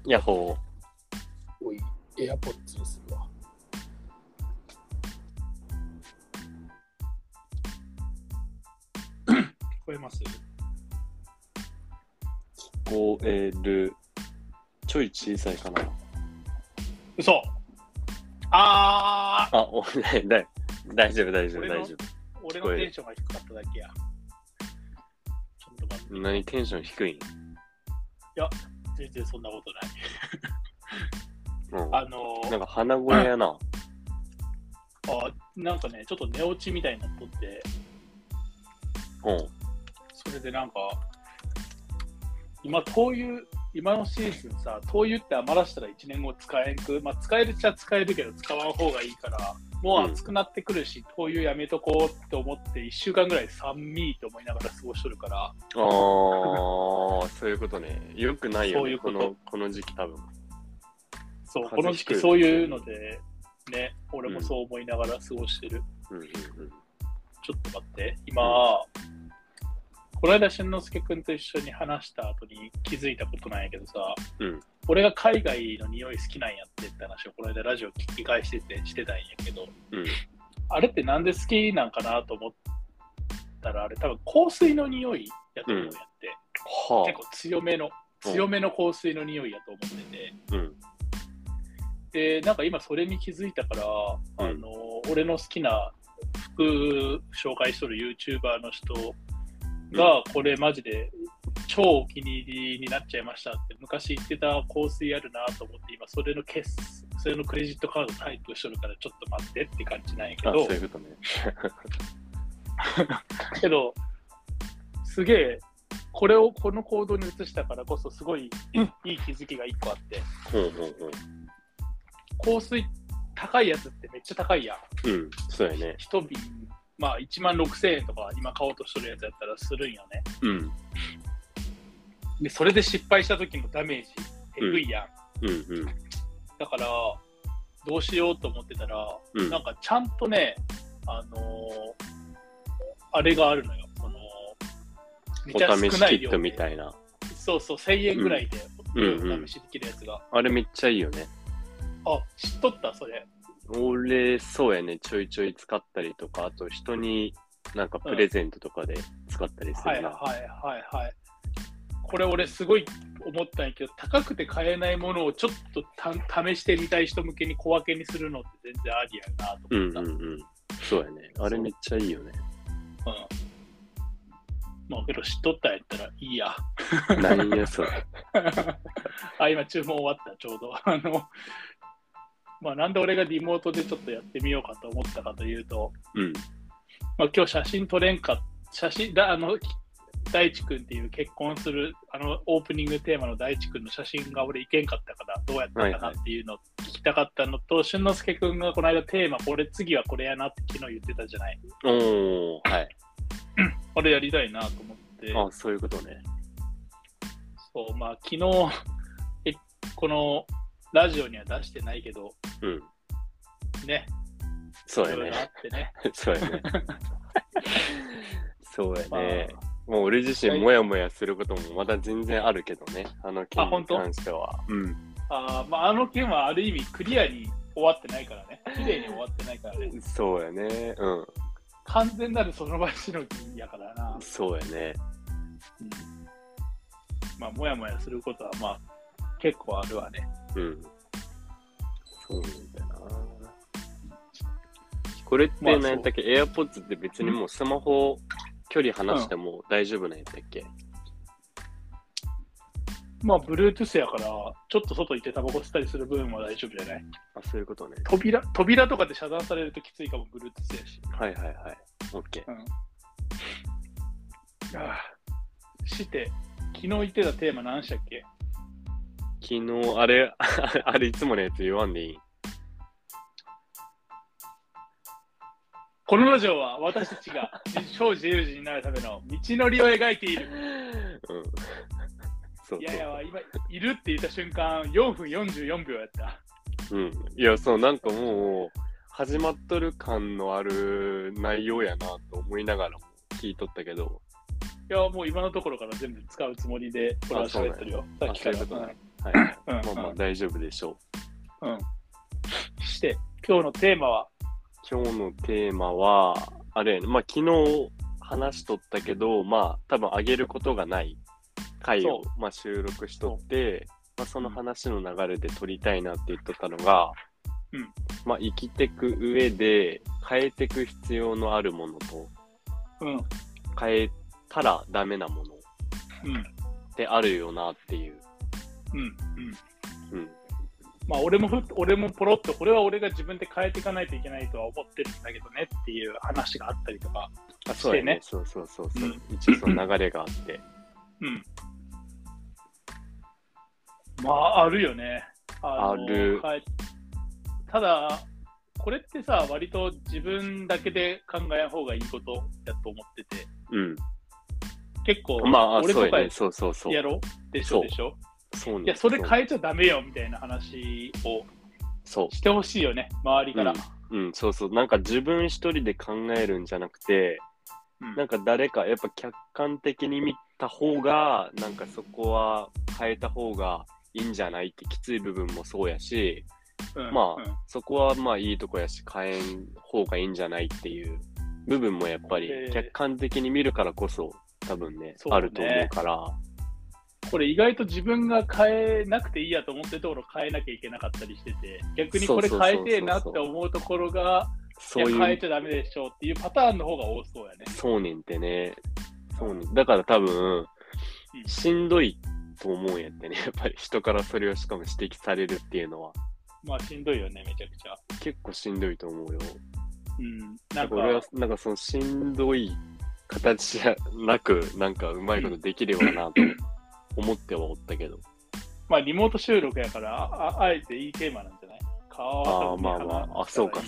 ヤッホおい、エアポッツにするわ。聞こえます？ ー。聞こえる。ちょい小さいかな。 嘘。 あ、大丈夫、大丈夫、大丈夫。 俺のテンションが低かっただけや。ちょっと待って。 何テンション低いん？ いや、全然そんなことない。 うん、なんか鼻声やな。 なんかね、ちょっと寝落ちみたいになっとって、それでなんか、今のシーズンさ、灯油って余らしたら1年後使えんく、まあ使えるっちゃ使えるけど使わん方がいいから、もう暑くなってくるし、灯油やめとこうって思って1週間ぐらい寒いと思いながら過ごしとるから。 そういうことね。よくないよね。 そういうこと。 この時期多分。 そう、この時期そういうので、ね、俺もそう思いながら過ごしてる。ちょっと待って、今、この間、俊之介くんと一緒に話した後に気づいたことなんやけどさ、俺が海外の匂い好きなんやって話をこの間ラジオ聞き返してたんやけど、あれってなんで好きなんかなと思ったら、あれ多分香水の匂いやと思うんやって、結構強めの香水の匂いやと思ってて、で、なんか今それに気づいたから、俺の好きな服紹介しとる YouTuber の人が、これマジで超お気に入りになっちゃいましたって昔言ってた香水あるなと思って、今それのクレジットカードタイプしとるからちょっと待ってって感じなんやけど、 そういうことね。 けどすげえこの行動に移したからこそすごいいい気づきが1個あって、香水高いやつってめっちゃ高いやん。 そうやね。 一瓶まあ1万6000円とか今買おうとしとるやつやったらするんよね。でそれで失敗した時のダメージえぐいやん。だからどうしようと思ってたら、なんかちゃんとね、あれがあるのよ。めっちゃ少ない量で。お試しキットみたいな。そうそう、1000円ぐらいでお試しできるやつが。 あれめっちゃいいよね。 あ、知っとったそれ。 俺、そうやね、ちょいちょい使ったりとか、あと人になんかプレゼントとかで使ったりするな。 これ俺すごい思ったんやけど、高くて買えないものをちょっと試してみたい人向けに小分けにするのって全然ありやなと思った。 そうやね。あれめっちゃいいよね。 まあけど知っとったんやったらいいや。 何やそれ。 今注文終わった、ちょうど。まあなんで俺がリモートでちょっとやってみようかと思ったかというと、まあ今日写真撮れんか、大地君っていう結婚するオープニングテーマの大地君の写真が俺いけんかったからどうやったかなっていうのを聞きたかったのと、俊之介君がこの間テーマ次はこれやなって昨日言ってたじゃない。あれやりたいなと思って。 そういうことね。 そう、まあ昨日このラジオには出してないけど、ね。 そうやね。 あってね。 そうやね。そうやね。もう俺自身もやもやすることもまだ全然あるけどね。件に関しては。 あの件はある意味クリアに終わってないからね。綺麗に終わってないからね。 そうやね。 完全なるその場しのぎやからな。 そうやね。 まあもやもやすることはまあ結構あるわね。 そうなんだよな。これって何やったっけ、AirPods って別にもうスマホ距離離しても大丈夫なんやったっけ？ まあ Bluetooth やからちょっと外行ってタバコ吸ったりする部分は大丈夫じゃない？ そういうことね。 扉とかで遮断されるときついかも Bluetooth やし。 OK。 して昨日言ってたテーマ何したっけ？ 昨日あれいつものやつ言わんでいい？ このラジオは私たちが超自由人になるための道のりを描いている。いや今いるって言った瞬間4分44秒やった。 いやなんかもう始まっとる感のある内容やなと思いながらも聞いとったけど。 いやもう今のところから全部使うつもりでこれは喋ってるよ。さっきから。 はい。まあまあ大丈夫でしょう。して、今日のテーマはあれ、まあ昨日話しとったけど、まあ多分上げることがない回を、まあ、収録しとって、まあ、その話の流れで撮りたいなって言っとったのが、まあ生きてく上で変えてく必要のあるものと、変えたらダメなものってあるよなっていう。 まあ俺もポロッとこれは俺が自分で変えていかないといけないとは思ってるんだけどねっていう話があったりとかしてね。 そう。一応その流れがあって。 まああるよね。 ある。 ただこれってさ、割と自分だけで考えん方がいいことだと思ってて、結構、俺とかやろでしょ。いや、それ変えちゃダメよみたいな話をしてほしいよね、周りから。 なんか自分一人で考えるんじゃなくて、なんか誰かやっぱ客観的に見た方が、なんかそこは変えた方がいいんじゃないってきつい部分もそうやし、まあ、そこはまあいいとこやし変えん方がいいんじゃないっていう部分もやっぱり客観的に見るからこそ多分ね、あると思うから。 これ意外と自分が変えなくていいやと思ってるところを変えなきゃいけなかったりしてて、逆にこれ変えてえなって思うところが変えちゃダメでしょうっていうパターンの方が多そうやね。 そうねんってね。だから多分、しんどいと思うんやってね。やっぱり人からそれをしかも指摘されるっていうのは。 まあしんどいよね、めちゃくちゃ。 結構しんどいと思うよ。なんか俺はなんかそのしんどい形じゃなく、なんかうまいことできればなと思ってはおったけど。 まあリモート収録やから、あえていいテーマなんじゃない？ そうか。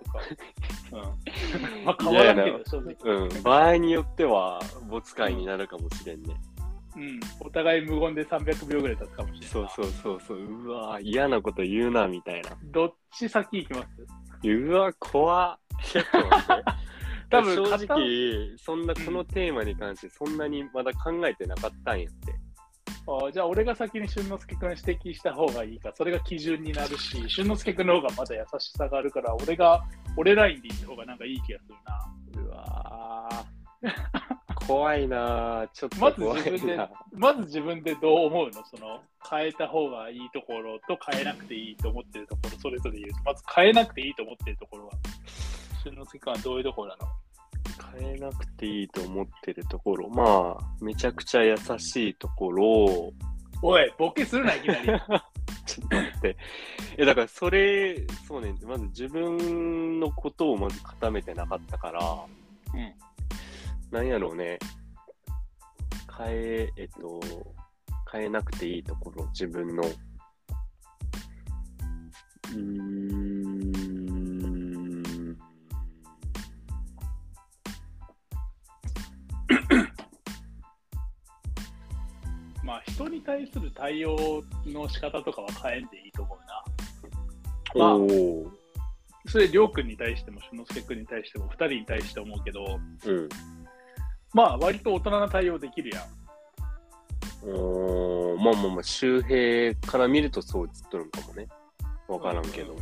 まあ変わらんけど、正直。 場合によっては没回になるかもしれんね。 お互い無言で300秒ぐらい経つかもしれない。 そう。うわ嫌なこと言うな、みたいな。 どっち先行きます？ うわ怖っ。ちょっと待って。多分正直、そんなこのテーマに関してそんなにまだ考えてなかったんやって。 じゃあ俺が先に俊之介君指摘した方がいいか、それが基準になるし、俊之介君の方がまだ優しさがあるから、俺ラインでいった方がなんかいい気がするな。 うわ怖いなちょっと怖いな。 まず自分でどう思うの？その変えた方がいいところと変えなくていいと思ってるところ、それぞれ言うと、まず変えなくていいと思ってるところは、俊之介君はどういうところなの？ 変えなくていいと思ってるところ、まあめちゃくちゃ優しいところ。 おい、ボケするな、いきなり。 ちょっと待って。だからそうね、まず自分のことをまず固めてなかったから、なんやろうね、変えなくていいところ、自分の。 まあ人に対する対応の仕方とかは変えんでいいと思うな。まあ、それりょうくんに対しても俊之介くんに対しても2人に対して思うけど、まあ割と大人な対応できるやん。 まあ周平から見るとそう映っとるんかもね。わからんけど。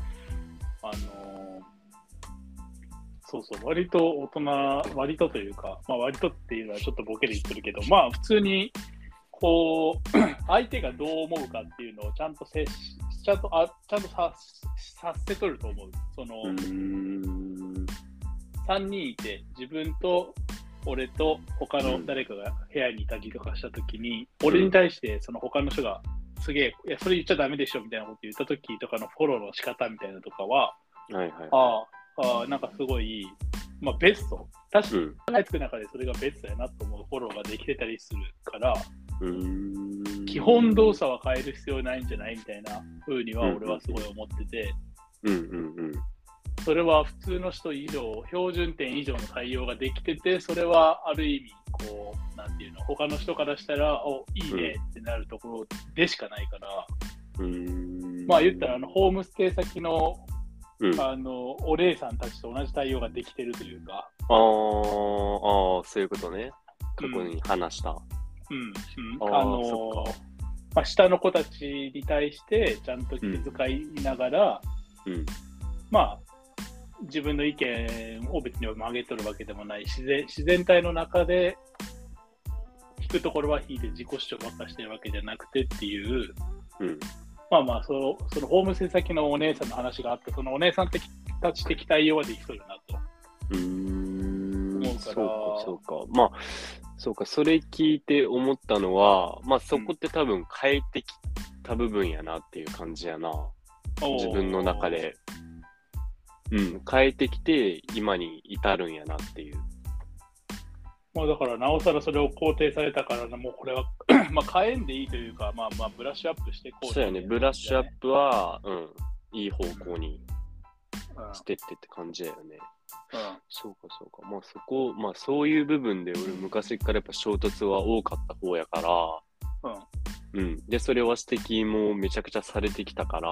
そう、割と大人、割とというか、まあ割とっていうのはちょっとボケで言ってるけど、まあ普通にこう相手がどう思うかっていうのをちゃんと察せとると思う。その3人いて自分と俺と他の誰かが部屋にいたりとかしたときに、俺に対してその他の人がすげえ、いやそれ言っちゃダメでしょみたいなこと言ったときとかのフォローの仕方みたいなとかは、なんかすごい、まあベスト。確かに考えつく中でそれがベストやなと思うフォローができてたりするから、基本動作は変える必要ないんじゃないみたいな風には俺はすごい思ってて、それは普通の人以上、標準点以上の対応ができてて、それはある意味こうなんていうの、他の人からしたらいいねってなるところでしかないから、まあ言ったらホームステイ先のお姉さんたちと同じ対応ができてるというか。 そういうことね。過去に話した。 まあ、下の子たちに対してちゃんと気遣いながら、まあ自分の意見を別に曲げとるわけでもない自然体の中で引くところは引いて自己主張ばっかしてるわけじゃなくてっていう、まあまあそのホームステイ先のお姉さんの話があって、そのお姉さんたち的対応はできとるなと思うから。 そうか。まあそうか、それ聞いて思ったのは、まあそこって多分変えてきた部分やなっていう感じやな。自分の中で。変えてきて今に至るんやなっていう。 まあだからなおさらそれを肯定されたからな、もうこれはまあ変えんでいいというか、まあブラッシュアップしてこう。 そうやね、ブラッシュアップは、いい方向にしてってって感じだよね。そうか。まあそういう部分で俺昔からやっぱ衝突は多かった方やから、で、それは指摘もめちゃくちゃされてきたから、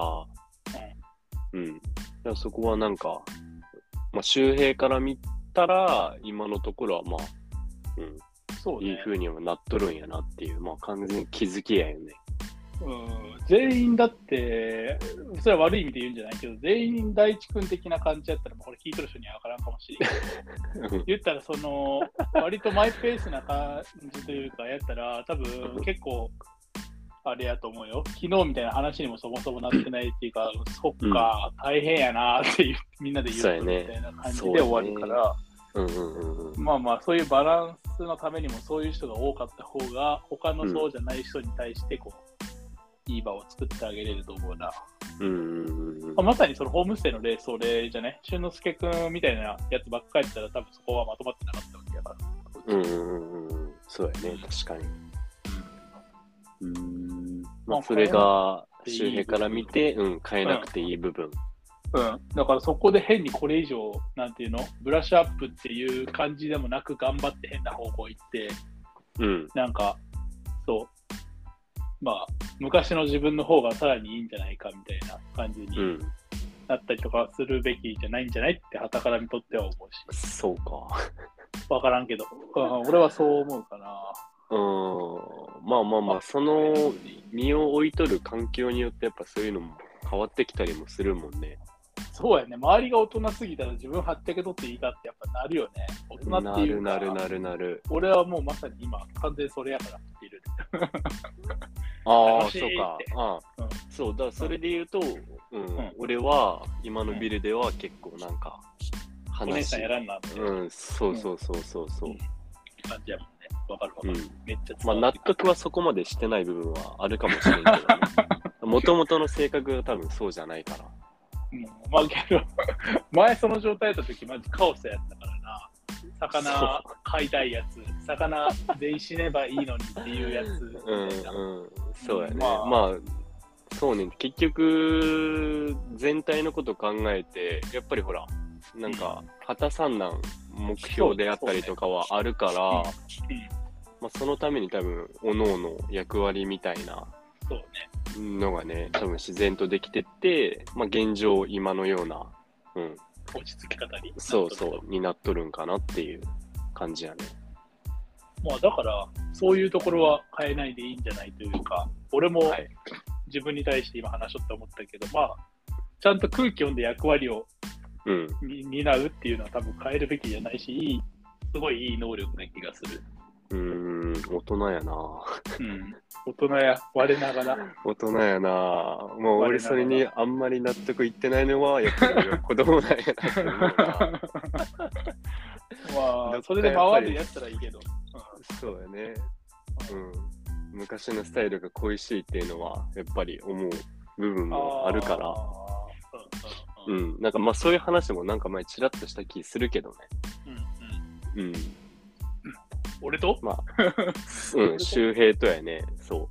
だからそこはなんか、まあ周平から見たら、今のところはまあ、そうね、いい風にはなっとるんやなっていう、まあ完全に気づきやよね。 全員だって、それは悪い意味で言うんじゃないけど、全員第一君的な感じやったら、これ聞いとる人には分からんかもしれないけど、言ったら、割とマイペースな感じというか、やったら、多分結構、あれやと思うよ。昨日みたいな話にもそもそもなってないっていうか、そっか、大変やなってみんなで言うみたいな感じで終わるから、まあまあ、そういうバランスのためにも、そういう人が多かった方が、他のそうじゃない人に対していい場を作ってあげれると思うな。まさにそのホームステイの例、それじゃね、俊之介くんみたいなやつばっかりやったら、多分そこはまとまってなかったわけやから。 そうやね、確かに。まあ、それが周平から見て、変えなくていい部分。 だからそこで変にこれ以上、なんていうの、ブラッシュアップっていう感じでもなく、頑張って変な方向行って、なんか、まあ、昔の自分の方がさらにいいんじゃないかみたいな感じになったりとかするべきじゃないんじゃないって傍から見とっては思うし。 そうか。 わからんけど、俺はそう思うかな。 まあ、その身を置いとる環境によってやっぱそういうのも変わってきたりもするもんね。 そうやね。周りが大人すぎたら自分はっちゃけとっていいかってやっぱなるよね。大人っていうか。 なる。 俺はもうまさに今完全それやからっている。 そうか。そうだ、それで言うと、俺は今のビルでは結構なんかお姉さんやらんなって。 そう。 感じやもんね。わかる。めっちゃまあ納得はそこまでしてない部分はあるかもしれないけどね。もともとの性格が多分そうじゃないから。 まあけど、前その状態だった時マジカオスやったからな。魚飼いたいやつ、魚全員死ねばいいのにっていうやつ。 そうやね。まあ、そうね。結局、全体のこと考えて、やっぱりほら、なんか、果たさんなん目標であったりとかはあるから、まあ、そのために多分、各々役割みたいなのがね、多分自然とできてって、まあ、現状、今のような、 落ち着き方にになっとるんかなっていう感じやね。 まあだからそういうところは変えないでいいんじゃないというか、俺も自分に対して今話しとって思ったけど、まあちゃんと空気読んで役割を、担うっていうのは多分変えるべきじゃないし、すごいいい能力な気がする。 大人やな。 大人や、我ながら。 大人やな。もう俺それにあんまり納得いってないのは、やっぱり子供なんやなって思うな。 まあ、それで回るやったらいいけど。 そうやね。昔のスタイルが恋しいっていうのは、やっぱり思う部分もあるから。なんかまあそういう話もなんか前ちらっとした気するけどね。 俺とまあ、周平とやね、そう。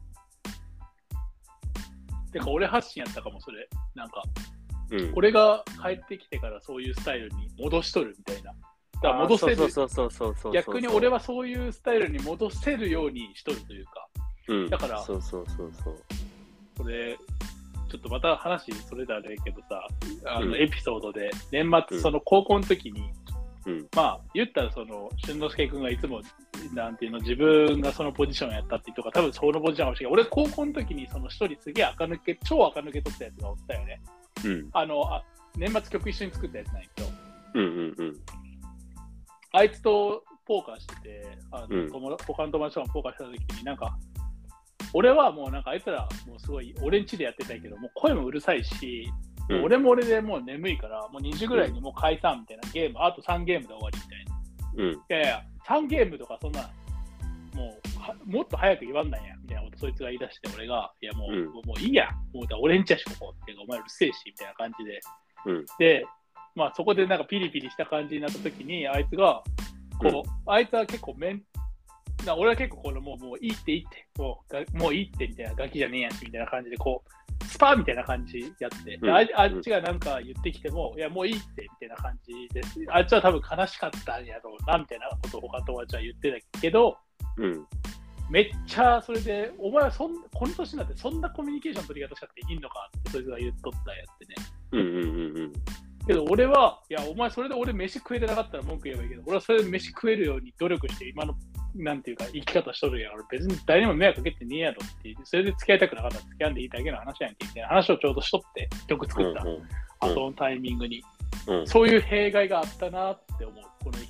てか、俺発信やったかも、それ。なんか、俺が帰ってきてからそういうスタイルに戻しとるみたいな。だから戻せる。逆に俺はそういうスタイルに戻せるようにしとるというか。だから、これ、ちょっとまた話それだねけどさ、エピソードで、年末、その高校の時に、まあ、言ったら、俊之介君がいつもなんていうの、自分がそのポジションやったっていうとか、多分そのポジションかもしれない。俺、高校の時にその一人すげえ超垢抜け取ったやつがおったよね。 うん。 年末曲一緒に作ったやつなんやけど、 うんうんうん。 あいつとポーカーしてて、 うん、 他の友達とポーカーした時に、なんか、俺はもうなんかあいつらもうすごい俺ん家でやってたけど、もう声もうるさいし、 うん、 俺も俺でもう眠いから、もう2時ぐらいにもう解散みたいな、ゲーム、あと3ゲームで終わりみたいな。 うん、 いやいや、3ゲームとかそんな、もっと早く言わんなんや、みたいなことそいつが言い出して、俺が、いやもういいや、もう俺んちやしここって、お前うるせえし、みたいな感じで。 うん、 で、まあそこでなんかピリピリした感じになった時に、あいつが、あいつは結構俺は結構もういいっていいって、もういいってみたいな、ガキじゃねえやしみたいな感じで、スパーみたいな感じやって、あっちがなんか言ってきても、いやもういいってみたいな感じです。あっちは多分悲しかったんやろうなみたいなことを他の友達は言ってたけど、めっちゃそれで、お前はこの年になってそんなコミュニケーションの取り方しかできんのかってそいつが言っとったやってね。けど俺は、いや、お前それで俺飯食えてなかったら文句言えばいいけど、俺はそれで飯食えるように努力して今の、なんていうか、生き方しとるやん。俺別に誰にも迷惑かけてねえやろって言って、それで付き合いたくなかったら付き合んでいいだけの話やんけみたいな話をちょうどしとって、曲作った後のタイミングに。そういう弊害があったなって思う、この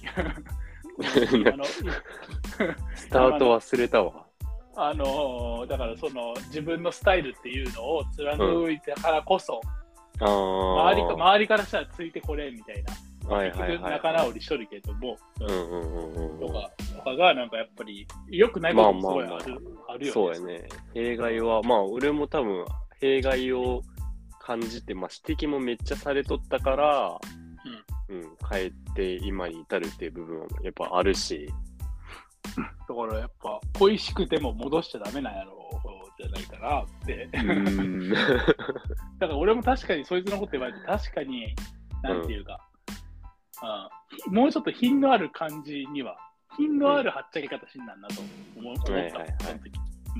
スタート忘れたわ。 だから自分のスタイルっていうのを貫いてからこそ、周りからしたらついてこれみたいな、結局仲直りしとるけども、とかがなんかやっぱり良くないこともすごいあるよね。 そうやね。弊害は、まあ俺も多分弊害を感じて、まあ指摘もめっちゃされとったから、帰って今に至るっていう部分はやっぱあるし。 だからやっぱ恋しくても戻しちゃダメなんやろじゃないかなって。だから俺も確かにそいつのこと言われて確かになんていうか、もうちょっと品のある感じには品のあるはっちゃけ方しんなんなと思った、その時。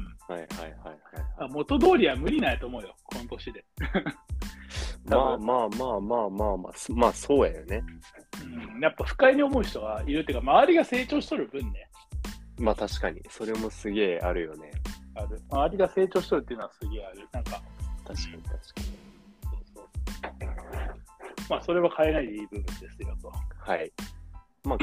元通りは無理なんやと思うよ、この年で。 まあそうやよね。 やっぱ不快に思う人がいるっていうか、周りが成長しとる分ね。 まあ確かに、それもすげえあるよね。 ある。周りが成長しとるっていうのはすげえある。なんか、 確かに。 そうまあそれは変えないでいい部分ですよと。 はい。まあ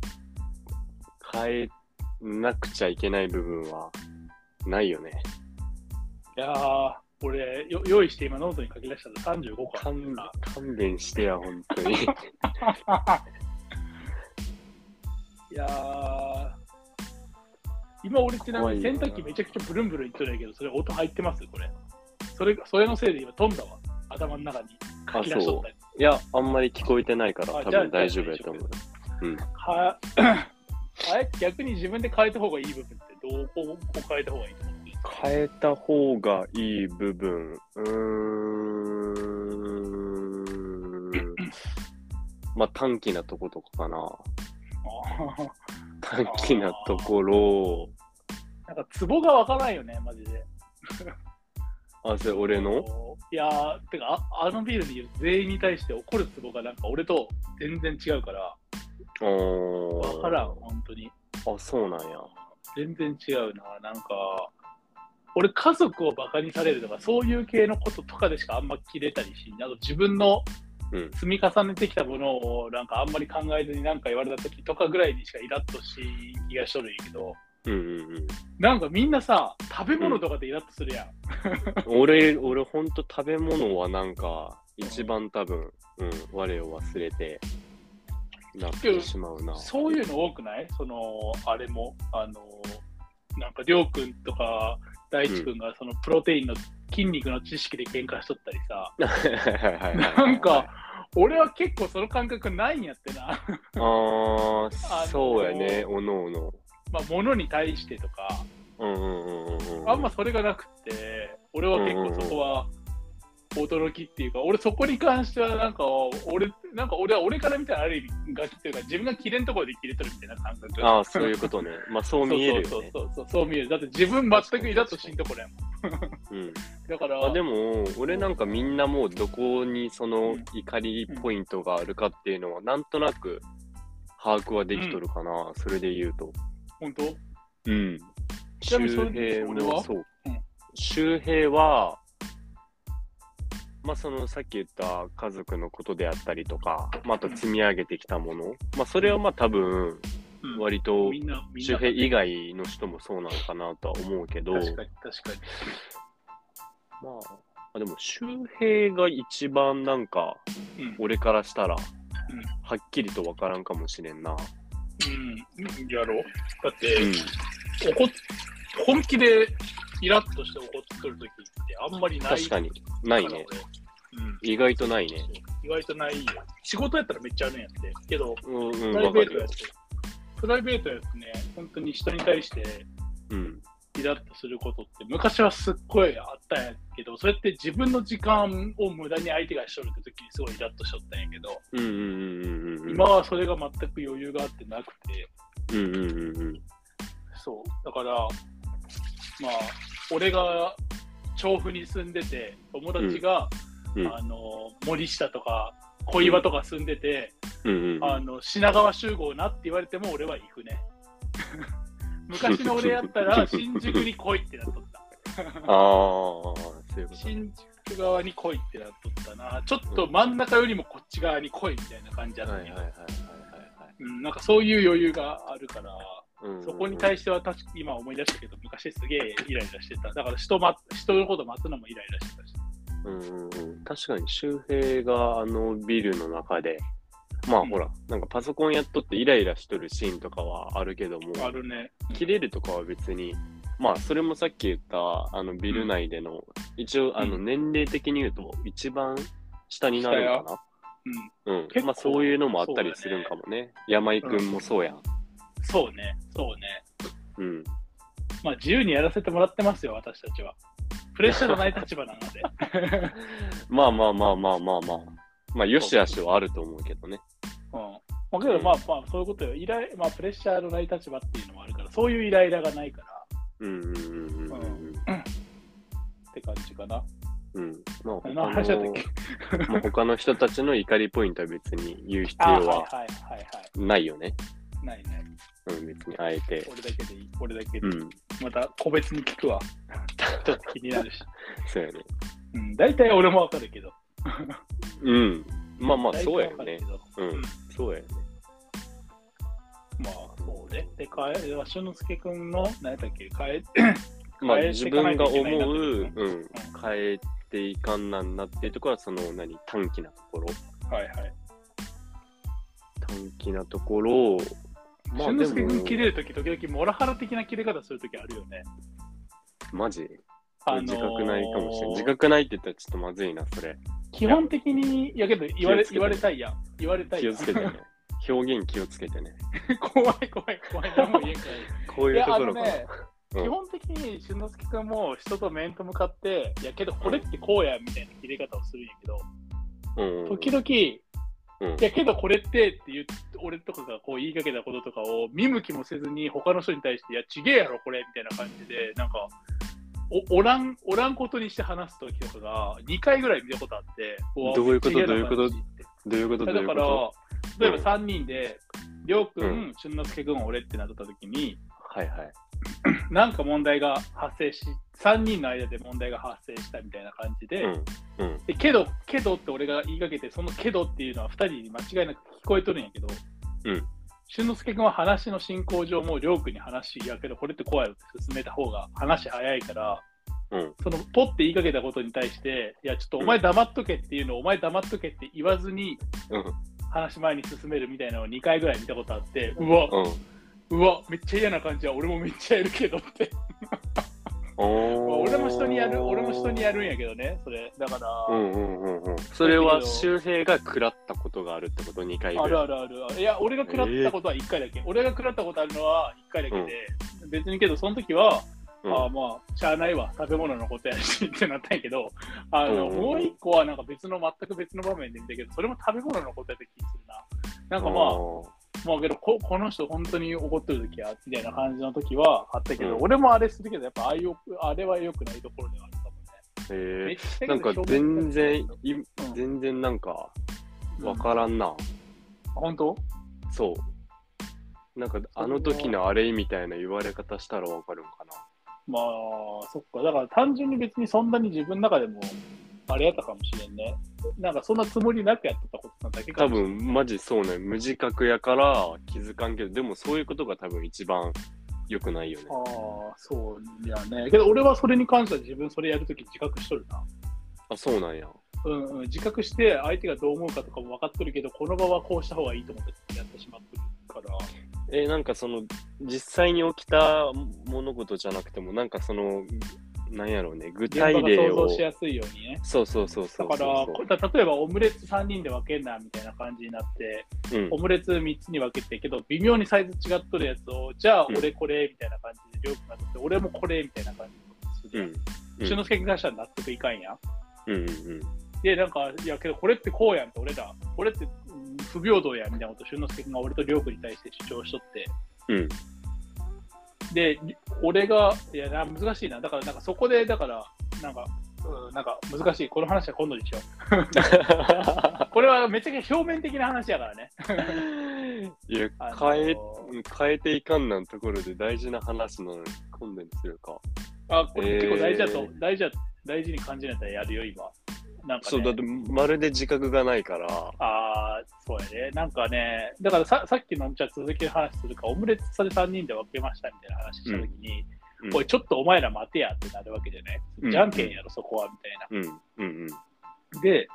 変えなくちゃいけない部分はないよね。いやー、俺用意して今ノートに書き出したら35個。 勘弁してや、本当に。 いやー、今俺ちなみに洗濯機めちゃくちゃブルンブルンいっとるんやけど、それ音入ってますこれ。それのせいで今飛んだわ。頭の中に書き出しとったり。 いや、あんまり聞こえてないから多分大丈夫やと思う。 逆に自分で変えた方がいい部分ってどこ変えた方がいいと思う？ 変えた方がいい部分、まあ短気なとことかかな。短気なところ。 なんかツボがわからんよね、マジで。 それ俺の？ いやー、てかあのビールにいる全員に対して怒るツボがなんか俺と全然違うから。わからん、本当に。 そうなんや。 全然違うな。なんか、俺家族をバカにされるとか、そういう系のこととかでしかあんま切れたりし、あと自分の積み重ねてきたものをなんかあんまり考えずになんか言われた時とかぐらいにしかイラッとし気がしとるんやけど、なんかみんなさ、食べ物とかでイラッとするやん。 俺ほんと食べ物はなんか一番多分、我を忘れてなってしまうな。 そういうの多くない？あれもなんかりょうくんとか大地くんがそのプロテインの筋肉の知識で喧嘩しとったりさ、なんか俺は結構その感覚ないんやってな。 そうやね、おのおの。 まあ物に対してとか、あんまそれがなくて、俺は結構そこは驚きっていうか、俺そこに関してはなんか俺は俺から見たらある意味ガキっていうか、自分が切れんところで切れとるみたいな感覚。 そういうことね。まあそう見えるよね。 そう見える。だって自分全くイラッとしんところやもん。だからでも俺なんかみんなもうどこにその怒りポイントがあるかっていうのはなんとなく把握はできとるかな、それで言うと。 本当？ うん。 ちなみにそれ周平もそう。 うん、 周平は、まあそのさっき言った家族のことであったりとか、まあ、あと積み上げてきたもの、まあそれはまあ多分、割と周平以外の人もそうなのかなとは思うけど、 確かに。 まあ、でも周平が一番なんか、俺からしたら、はっきりとわからんかもしれんな。 やろう。だって、本気でイラッとして怒ってる時ってあんまりない。 確かに。ないね。意外とないね。 意外とないよ。仕事やったらめっちゃあるんやって。けど、プライベートやってね、本当に人に対して、イラッとすることって昔はすっごいあったんやけど、それって自分の時間を無駄に相手がしとるって時にすごいイラッとしとったんやけど、今はそれが全く余裕があってなくて、そう。だから、まあ、俺が調布に住んでて、友達が、森下とか小岩とか住んでて、品川集合なって言われても俺は行くね。昔の俺やったら新宿に来いってなっとった。新宿側に来いってなっとったな。ちょっと真ん中よりもこっち側に来いみたいな感じだったけど、なんかそういう余裕があるから、そこに対しては今思い出したけど、昔すげえイライラしてた。だから人のこと待つのもイライラしてたし。 確かに周平があのビルの中で、まあほら、なんかパソコンやっとってイライラしとるシーンとかはあるけども、 あるね。 切れるとかは別に、まあそれもさっき言ったあのビル内での、一応年齢的に言うと一番下になるのかな。まあそういうのもあったりするんかもね。山井くんもそうやん。 そうね。まあ自由にやらせてもらってますよ、私たちは。プレッシャーのない立場なので。 まあ、よしあしはあると思うけどね。 けどまあそういうことよ。プレッシャーのない立場っていうのもあるから、そういうイライラがないから。って感じかな。 他の人たちの怒りポイントは別に言う必要はないよね。 ないね。 別にあえて。 俺だけでいい。また個別に聞くわ。ちょっと気になるし。 そうやね。 大体俺もわかるけど。 まあそうやよね。そうやよね。 まあそうね。で、俊之介くんの何やったっけ、 まあ自分が思う、変えていかんなんなっていうところはその短期なところ。短期なところを、 俊之介くん切れるとき、時々モラハラ的な切れ方するときあるよね。 マジ？自覚ないかもしれない。自覚ないって言ったらちょっとまずいな、それ。 基本的に、いやけど言われたいやん。言われたいやん。 気をつけてね。表現気をつけてね。 怖い。何も言えんから。 こういうところかな。 基本的に俊之介くんも人と面と向かって、いやけどこれってこうやみたいな切れ方をするんやけど、時々、いやけどこれって言って、俺とかがこう言いかけたこととかを見向きもせずに他の人に対して、いやちげえやろこれみたいな感じで、なんか、おらんことにして話すときとかが2回ぐらい見たことあって、 どういうことだから、例えば3人で、りょうくん、俊之介くん、俺ってなったときに、なんか問題が発生し、3人の間で問題が発生したみたいな感じで、でけどって俺が言いかけて、そのけどっていうのは2人に間違いなく聞こえとるんやけど、俊之介君は話の進行上もりょうくんに話やけどこれって怖いよって進めた方が話早いから、そのポッて言いかけたことに対していやちょっとお前黙っとけっていうのをお前黙っとけって言わずに話前に進めるみたいなのを2回ぐらい見たことあって、うわめっちゃ嫌な感じは俺もめっちゃやるけどって俺も人にやるんやけどね、それだから、 それは周平が食らったことがあるってこと？ 2 回ぐらい。 ある。いや、俺が食らったことは1回だけ。俺が食らったことあるのは1回だけで、別にけど、その時は、まあ、しゃあないわ、食べ物のことやしってなったんやけど、もう1個はなんか全く別の場面で見たけど、それも食べ物のことやった気がするな。なんかまあけどこの人本当に怒ってる時やみたいな感じの時はあったけど、俺もあれするけどやっぱあれは良くないところではあるかもね。 なんか全然なんかわからんな。 本当？ そう。 なんかあの時のあれみたいな言われ方したらわかるんかな。 まあ、そっか。だから単純に別にそんなに自分の中でも、あれやったかもしれんね。なんかそんなつもりなくやってたことなだけか多もしれん。 分マジそうね。無自覚やから気づかんけど、でもそういうことが多分一番良くないよね。 ああ、そうやね。けど俺はそれに関しては自分それやるとき自覚しとるな。 あ、そうなんや。 うんうん、自覚して相手がどう思うかとかも分かっとるけど、この場はこうした方がいいと思ってやってしまってるから。 なんかその実際に起きた物事じゃなくても、なんかその、なんやろうね、具体例を。 現場が想像しやすいようにね。 そうそうそうそう。 だから例えばオムレツ3人で分けんなみたいな感じになって、オムレツ3つに分けて、けど微妙にサイズ違っとるやつを、じゃあ俺これみたいな感じで、りょうくんがとって、俺もこれみたいな感じで、俊之介に出したら納得いかんやん。で、なんか、いやけどこれってこうやんと、これって不平等やみたいなことを俊之介君が俺とりょうくんに対して主張しとって、で、俺が、いやな、難しいな。だから、なんかそこで、だから、なんか難しい。この話は今度にしよう。これはめちゃくちゃ表面的な話やからね。 いや、変えていかんなんところで大事な話なのに、今度にするか。 あ、これ結構大事だと、大事に感じないからやるよ、今。なんかね、 そう、だってまるで自覚がないから。 ああ、そうやね。なんかね、だからさっきのじゃあ続きの話するか、オムレツさで3人で分けましたみたいな話したときに、おい、ちょっとお前ら待てやってなるわけじゃない。じゃんけんやろ、そこは、みたいな。で、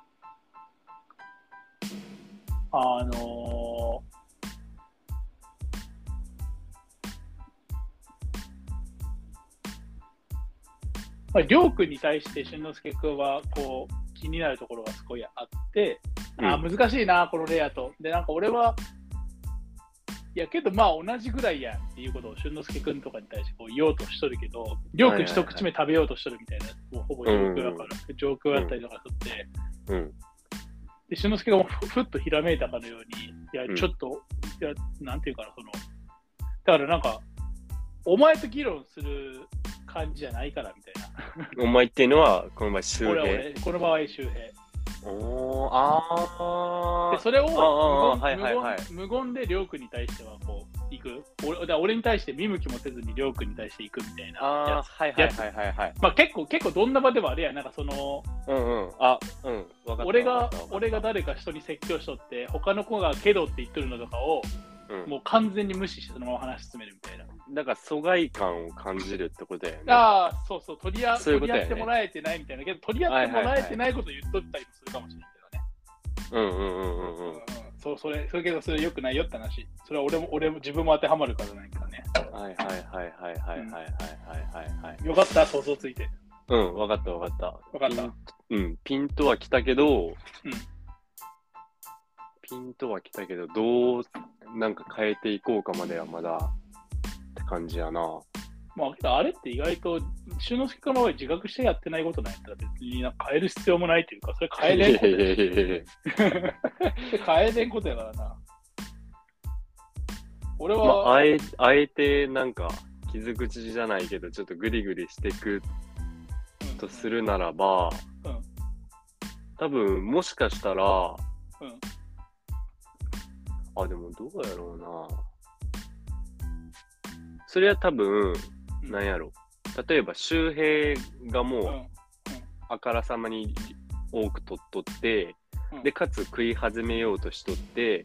りょうくんに対して俊之介くんはこう気になるところがすごいあって、難しいな、このレイヤーと。で、なんか俺は、いやけどまあ同じぐらいやんっていうことを俊之介くんとかに対してこう言おうとしとるけど、りょうくん一口目食べようとしとるみたいな、もうほぼジョークだから、ジョークだったりとかしとって、で、俊之介がふっとひらめいたかのように、いや、ちょっと、いや、なんていうかな、だからなんか、お前と議論する感じじゃないからみたいな。 お前っていうのは、この場合、周平。 この場合、周平。で、それを無言でりょうくんに対してはこう行く。俺に対して見向きもせずにりょうくんに対して行くみたいなやつ。まあ結構どんな場でもあれや、なんかその、俺が誰か人に説教しとって、他の子がけどって言ってるのとかを、もう完全に無視してそのまま話進めるみたいな。 だから疎外感を感じるってことだよね。 ああ、そうそう、取り合ってもらえてないみたいなけど、取り合ってもらえてないことを言っとったりもするかもしれないけどね。それけどそれ良くないよって話。それは俺も自分も当てはまるからないからね。よかった、想像ついて。 わかった。ピンとは来たけど、どうなんか変えていこうかまではまだって感じやな。 まあ、あれって意外と、俊之介君の場合自覚してやってないことなんやったら別になんか変える必要もないというか、それ変えれんことや。変えれんことやからな。俺は、 あえてなんか傷口じゃないけど、ちょっとグリグリしていくとするならば、多分もしかしたら、でもどうやろうな。それは多分、なんやろ。例えば周平がもう、あからさまに多く取っとって、で、かつ食い始めようとしとって、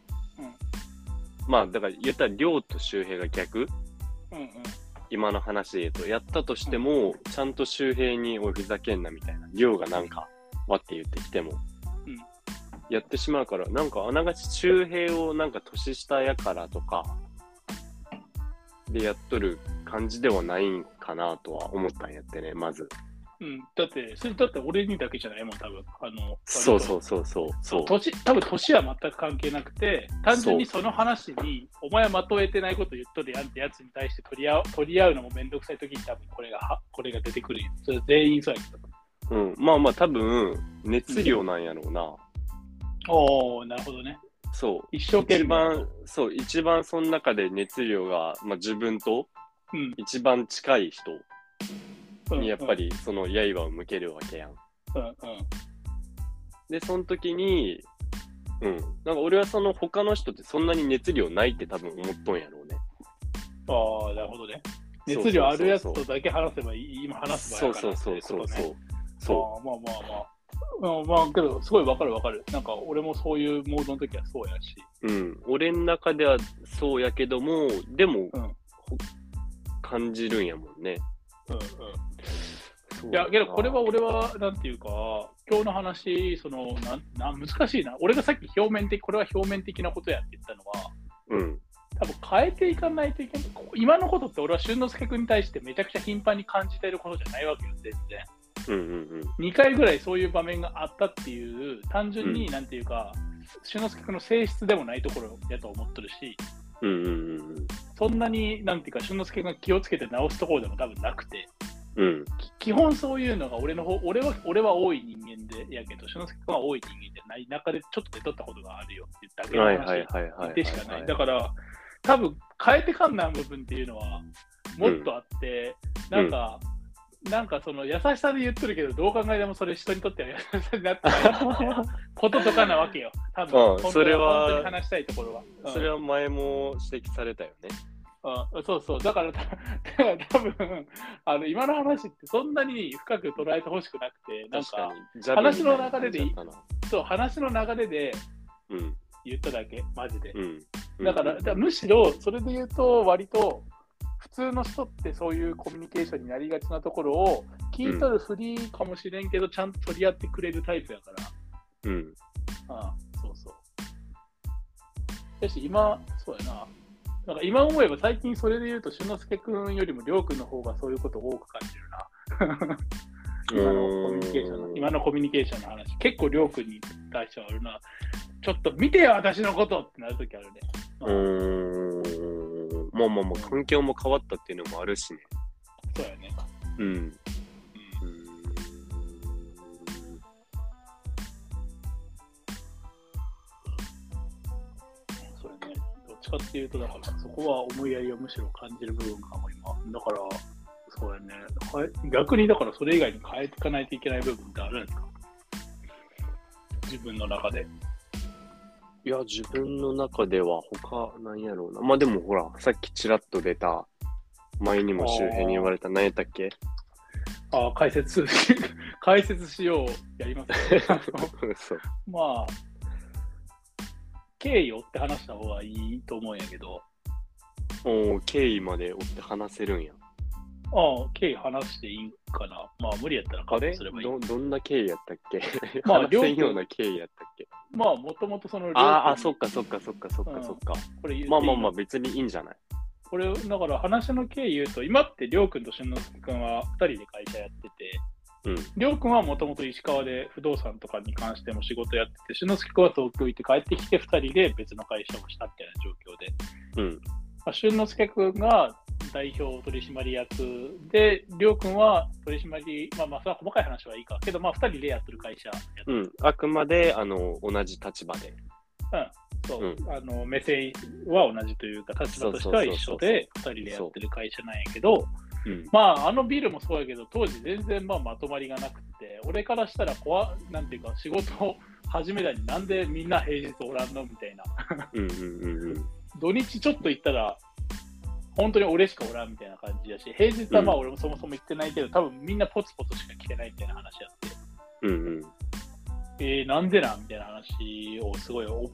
まあ、だから言ったら亮と周平が逆、今の話で言うと、やったとしても、ちゃんと周平においふざけんなみたいな、亮がなんか、わって言ってきても、やってしまうから、なんかあながち周平をなんか年下やからとか、でやっとる感じではないんかなとは思ったんやってね、まず。 だって俺にだけじゃないもん、多分。 そう。 多分年は全く関係なくて、単純にその話に、お前はまとえてないこと言っとるやんってやつに対して取り合うのもめんどくさいときに多分これが出てくるよ。それ全員そうやけど。まあ多分、熱量なんやろうな。 なるほどね。 そう。 一生懸命。 一番その中で熱量が、自分と一番近い人にやっぱりその刃を向けるわけやん。で、その時に、 なんか俺はその他の人ってそんなに熱量ないって多分思っとんやろうね。 ああ、なるほどね。熱量あるやつとだけ話せばいい、今話す場合だからってことね。まあまあまあ。まあけど、すごいわかる。なんか俺もそういうモードの時はそうやし。 俺の中ではそうやけども、でも、感じるんやもんね。 いや、けどこれは俺は、なんていうか、今日の話、難しいな。俺がさっきこれは表面的なことやって言ったのは、多分変えていかないといけない。今のことって俺は俊之介君に対してめちゃくちゃ頻繁に感じていることじゃないわけよ、全然。2回ぐらいそういう場面があったっていう、単純になんていうか、俊之介君の性質でもないところやと思ってるし、そんなになんていうか、俊之介君が気をつけて直すところでも多分なくて、基本そういうのが俺は多い人間でやけど、俊之介君は多い人間じゃない中でちょっと出とったことがあるよって言っただけの話でしかない。だから、多分変えてかんない部分っていうのはもっとあって、なんかその優しさで言ってるけど、どう考えてもそれ人にとっては優しさになってないこととかなわけよ。多分、 それは本当に話したいところは。 それは前も指摘されたよね。 そう。だから多分今の話ってそんなに深く捉えてほしくなくて、なんか話の流れで言っただけ、マジで。だからむしろそれで言うと割と普通の人ってそういうコミュニケーションになりがちなところを聞いとるフリーかもしれんけど、ちゃんと取り合ってくれるタイプやから。そう。よし、そうやな。なんか今思えば最近それで言うと、俊之介君よりも亮君の方がそういうことを多く感じるな。今のコミュニケーションの話。結構亮君に対してはあるな。ちょっと見てよ、私のことってなるときあるね。 まあ環境も変わったっていうのもあるしね。 そうやね。そうやね。どっちかっていうと、だからそこは思いやりをむしろ感じる部分かも今。だから、そうやね。逆にだからそれ以外に変えていかないといけない部分ってあるんですか？自分の中で。 いや、自分の中では他なんやろうな。まあでもほら、さっきちらっと出た、前にも周辺に言われた、何やったっけ？ 解説しよう、やりますね。 そう。 まあ、経緯を追って話した方がいいと思うんやけど。 経緯まで追って話せるんや。 経緯話していいんかな。まあ無理やったらカットすればいい。 どんな経緯やったっけ？ まあ、 話せんような経緯やったっけ？ まあもともとそのそっか。これまあ別にいいんじゃない？ これだから話の経緯言うと、今ってりょうくんと俊之介くんは2人で会社やってて、りょうくんはもともと石川で不動産とかに関しても仕事やってて、俊之介くんは東京行って帰ってきて2人で別の会社をしたみたいな状況で、俊之介くんが代表取締役で、りょうくんは取締それは細かい話はいいかけど、2人でやってる会社やってる。 あくまで同じ立場で。 目線は同じというか、立場としては一緒で、2人でやってる会社なんやけど、あのビルもそうやけど、当時全然まとまりがなくて、俺からしたらなんていうか、仕事を始めたになんでみんな平日おらんのみたいな。土日ちょっと行ったら、本当に俺しかおらんみたいな感じだし、平日は俺もそもそも行ってないけど、多分みんなポツポツしか来てないみたいな話やって。なんでなんみたいな話をすごい思って、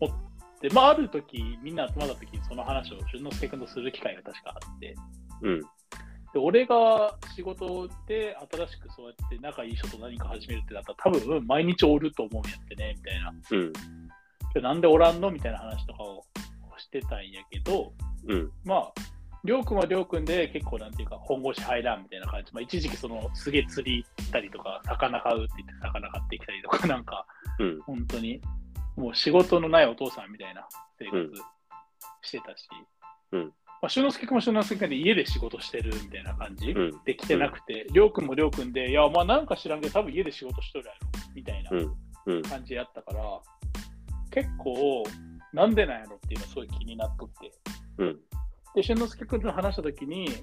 ある時みんな集まった時にその話を俊之介君とする機会が確かあって、で俺が仕事で新しくそうやって仲いい人と何か始めるってなったら多分毎日おると思うんやってねみたいな、なんでおらんのみたいな話とかをしてたんやけど、りょうくんはりょうくんで結構なんていうか本腰入らんみたいな感じ、一時期すげえ釣り行ったりとか魚買うって言って魚買ってきたりとかなんか、本当にもう仕事のないお父さんみたいな生活してたし、俊之介君も俊之介君で家で仕事してるみたいな感じで来てなくて、りょうくんもりょうくんで、いやなんか知らんけど多分家で仕事しとるやろみたいな感じやったから、結構なんでなんやろっていうのがすごい気になっとって、で俊之介君と話したときに、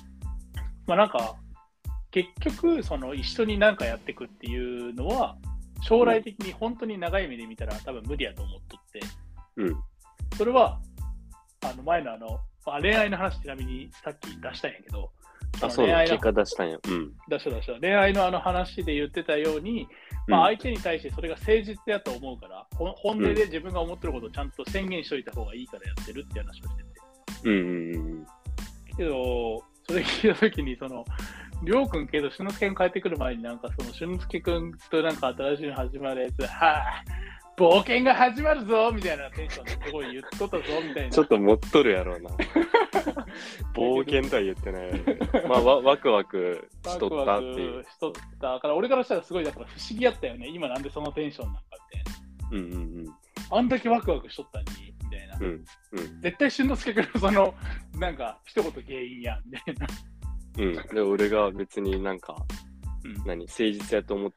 なんか結局一緒に何かやっていくっていうのは将来的に本当に長い目で見たら多分無理やと思っとって、 うん。 それは前の恋愛の話、ちなみにさっき出したんやけど、 そうなの、結果出したんや。うん。 出した。恋愛の話で言ってたように、相手に対してそれが誠実やと思うから、本音で自分が思ってることをちゃんと宣言しといた方がいいからやってるって話をしてて。けど、それ聞いたときに、りょうくんけど、しのすけくん帰ってくる前にしのすけくんと新しいの始まるやつ、冒険が始まるぞみたいなテンションですごい言っとったぞみたいな。 ちょっと持っとるやろうな。冒険とは言ってないやろ。まあ、ワクワクしとったっていう。 しとったから、俺からしたらすごいだから不思議やったよね。今なんでそのテンションなんかって。あんだけワクワクしとったのに、みたいな。絶対しんのすけくんの一言原因やん、みたいな。 で、俺が別に誠実やと思って、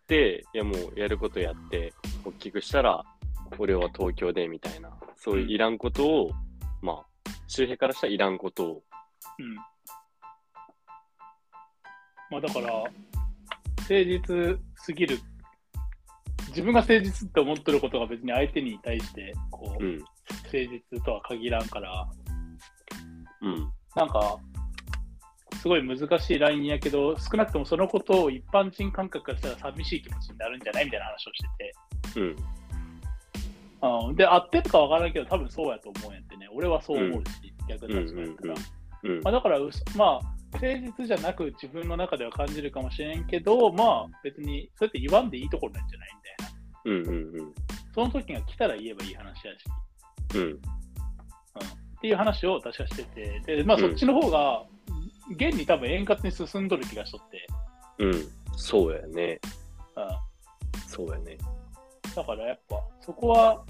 いやもうやることやって、大きくしたら、俺は東京でみたいな、そういういらんことを、まあ、周平からしたらいらんことを。 まあだから、誠実すぎる。自分が誠実って思ってることが別に相手に対して、誠実とは限らんから、すごい難しいラインやけど、少なくともそのことを一般人感覚からしたら寂しい気持ちになるんじゃないみたいな話をしてて。で、合ってるかわからないけど、多分そうやと思うんやってね。俺はそう思うし、逆に立場やったら。だから、誠実じゃなく自分の中では感じるかもしれんけど、別にそうやって言わんでいいところなんじゃないみたいな。その時が来たら言えばいい話やし。っていう話を確かしてて、で、そっちの方が、現に多分円滑に進んどる気がしとって。 そうやね。そうやね。 だからやっぱ、そこは、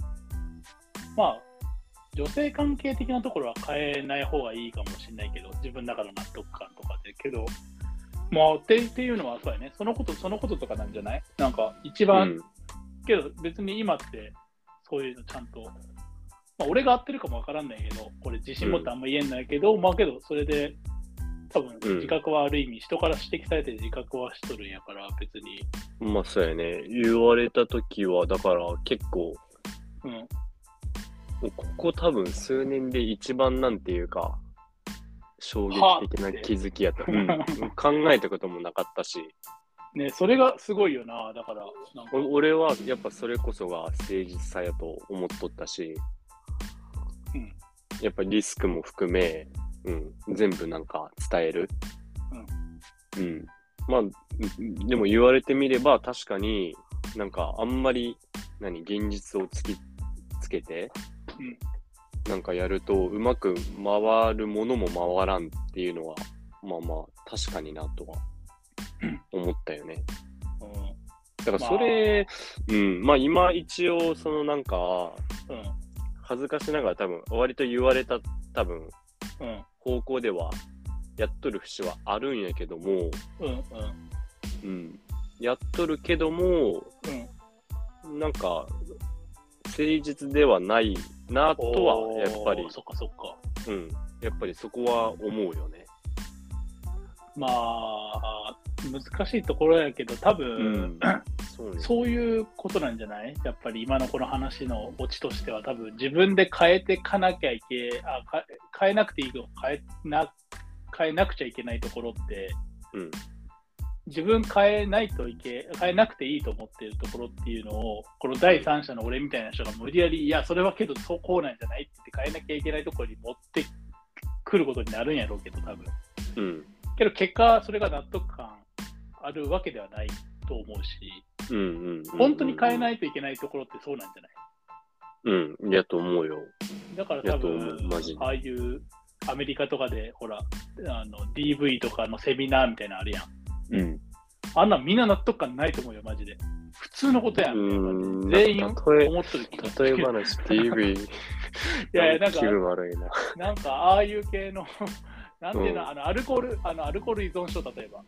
女性関係的なところは変えない方がいいかもしれないけど、自分の中の納得感とかで。けど、っていうのはそうやね。そのこととかなんじゃない？一番、けど別に今って、そういうのちゃんと、俺が合ってるかもわからんないけど、これ自信持ってあんま言えんないけど、けどそれで、多分自覚はある意味、人から指摘されて自覚はしとるんやから、別に。 そうやね。言われたときは、だから結構、ここ多分数年で一番衝撃的な気づきやった。考えたこともなかったし。 ね、それがすごいよな。だから、 俺はやっぱそれこそが誠実さやと思っとったし、やっぱりリスクも含め、全部伝える。でも言われてみれば確かにあんまり現実を突きつけて、やるとうまく回るものも回らんっていうのは確かになとは思ったよね。だからそれ、今一応恥ずかしながら多分割と言われた方向ではやっとる節はあるんやけども、やっとるけども、誠実ではないなとはやっぱり、やっぱりそこは思うよね。 難しいところやけど、多分、そういうことなんじゃない？やっぱり今のこの話のオチとしては、多分自分で変えてかなきゃ変えなくていいと変えなくちゃいけないところって、自分変えなくていいと思っているところっていうのを、この第三者の俺みたいな人が無理やり、いや、それはけどこうなんじゃないって言って変えなきゃいけないところに持ってくることになるんやろうけど、多分。けど結果、それが納得感あるわけではないと思うし、本当に変えないといけないところってそうなんじゃない？ やと思うよ。 だから多分、ああいうアメリカとかで、ほら、DV とかのセミナーみたいなのあるやん。あんなみんな納得感ないと思うよ、マジで。普通のことやん。全員思っとる気がする。 例え話 DV。 いや、 気分悪いな。 ああいう系の、なんていうの、アルコール依存症、例えば。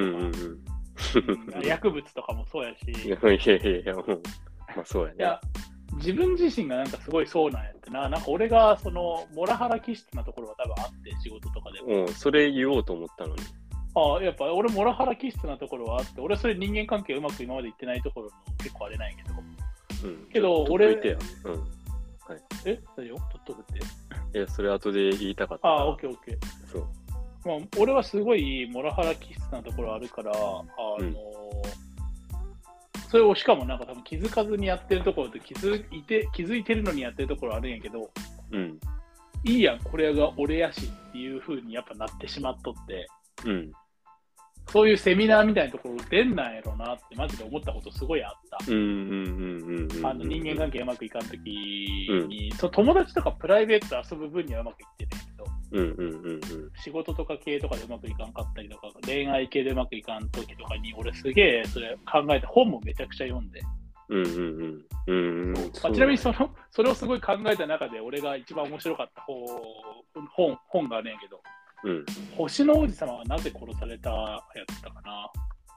薬物とかもそうやし。 いや、そうやね。 いや、自分自身がすごいそうなんやってな。俺がモラハラ気質なところは多分あって、仕事とかでも。 それ言おうと思ったのに。 やっぱ俺モラハラ気質なところはあって、俺それ人間関係うまく今までいってないところの結構あれないけど。けど俺、 はい。 大丈夫？取っとくって。 いや、それ後で言いたかった。 オッケー。そう。俺はすごいモラハラ気質なところあるから、それをしかもなんか多分気づかずにやってるところと気づいてるのにやってるところあるんやけど、いいやん、これが俺やしっていう風にやっぱなってしまっとって、そういうセミナーみたいなところ出んなんやろうなってマジで思ったことすごいあった。人間関係うまくいかんときに、友達とかプライベートで遊ぶ分にはうまくいってないけど、仕事とか系とかでうまくいかんかったりとか、恋愛系でうまくいかんときとかに、俺すげえそれ考えて本もめちゃくちゃ読んで。ちなみにそれをすごい考えた中で俺が一番面白かった本があるんやけど、星の王子様はなぜ殺されたやったかな。